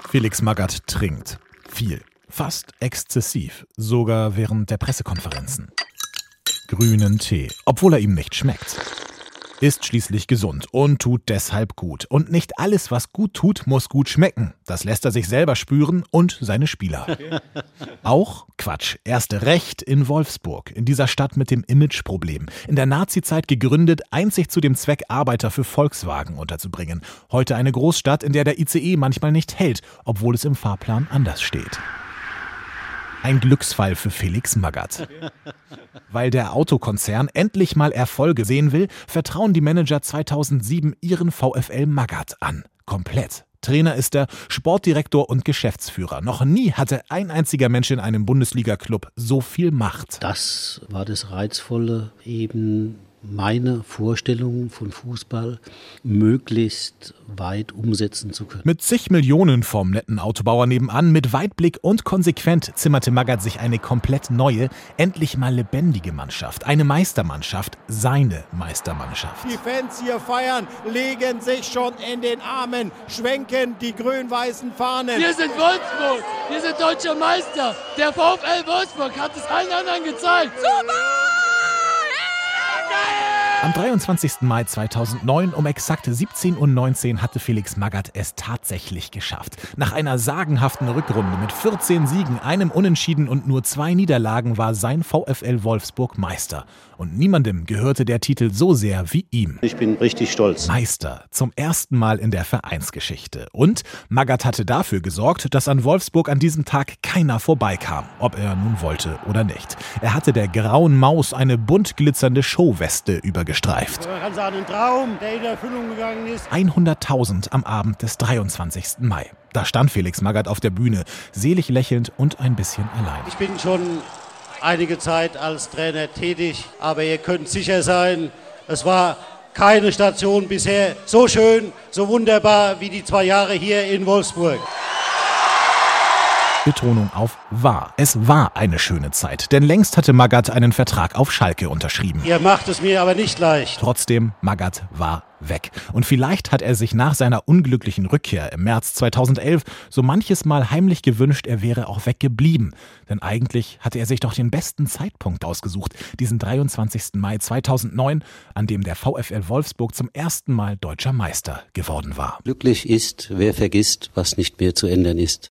Felix Magath trinkt. Viel. Fast exzessiv. Sogar während der Pressekonferenzen. Grünen Tee, obwohl er ihm nicht schmeckt. Ist schließlich gesund und tut deshalb gut. Und nicht alles, was gut tut, muss gut schmecken. Das lässt er sich selber spüren und seine Spieler. Auch Quatsch. Erst recht in Wolfsburg, in dieser Stadt mit dem Imageproblem. In der Nazizeit gegründet, einzig zu dem Zweck, Arbeiter für Volkswagen unterzubringen. Heute eine Großstadt, in der der ICE manchmal nicht hält, obwohl es im Fahrplan anders steht. Ein Glücksfall für Felix Magath. Weil der Autokonzern endlich mal Erfolge sehen will, vertrauen die Manager 2007 ihren VfL Magath an. Komplett. Trainer ist er, Sportdirektor und Geschäftsführer. Noch nie hatte ein einziger Mensch in einem Bundesliga-Club so viel Macht. Das war das Reizvolle, eben meine Vorstellungen von Fußball möglichst weit umsetzen zu können. Mit zig Millionen vom netten Autobauer nebenan, mit Weitblick und konsequent zimmerte Magath sich eine komplett neue, endlich mal lebendige Mannschaft. Eine Meistermannschaft, seine Meistermannschaft. Die Fans hier feiern, legen sich schon in den Armen, schwenken die grün-weißen Fahnen. Wir sind Wolfsburg, wir sind deutscher Meister. Der VfL Wolfsburg hat es allen anderen gezeigt. Super! Am 23. Mai 2009 um exakt 17:19 Uhr hatte Felix Magath es tatsächlich geschafft. Nach einer sagenhaften Rückrunde mit 14 Siegen, einem Unentschieden und nur 2 Niederlagen war sein VfL Wolfsburg Meister. Und niemandem gehörte der Titel so sehr wie ihm. Ich bin richtig stolz. Meister, zum ersten Mal in der Vereinsgeschichte. Und Magath hatte dafür gesorgt, dass an Wolfsburg an diesem Tag keiner vorbeikam, ob er nun wollte oder nicht. Er hatte der grauen Maus eine bunt glitzernde Showweste übergestreift. Man kann sagen, ein Traum, der in Erfüllung gegangen ist. 100.000 am Abend des 23. Mai. Da stand Felix Magath auf der Bühne, selig lächelnd und ein bisschen allein. Ich bin schon einige Zeit als Trainer tätig, aber ihr könnt sicher sein, es war keine Station bisher so schön, so wunderbar wie die 2 Jahre hier in Wolfsburg. Betonung auf war. Es war eine schöne Zeit, denn längst hatte Magath einen Vertrag auf Schalke unterschrieben. Ihr macht es mir aber nicht leicht. Trotzdem, Magath war weg. Und vielleicht hat er sich nach seiner unglücklichen Rückkehr im März 2011 so manches Mal heimlich gewünscht, er wäre auch weggeblieben. Denn eigentlich hatte er sich doch den besten Zeitpunkt ausgesucht, diesen 23. Mai 2009, an dem der VfL Wolfsburg zum ersten Mal deutscher Meister geworden war. Glücklich ist, wer vergisst, was nicht mehr zu ändern ist.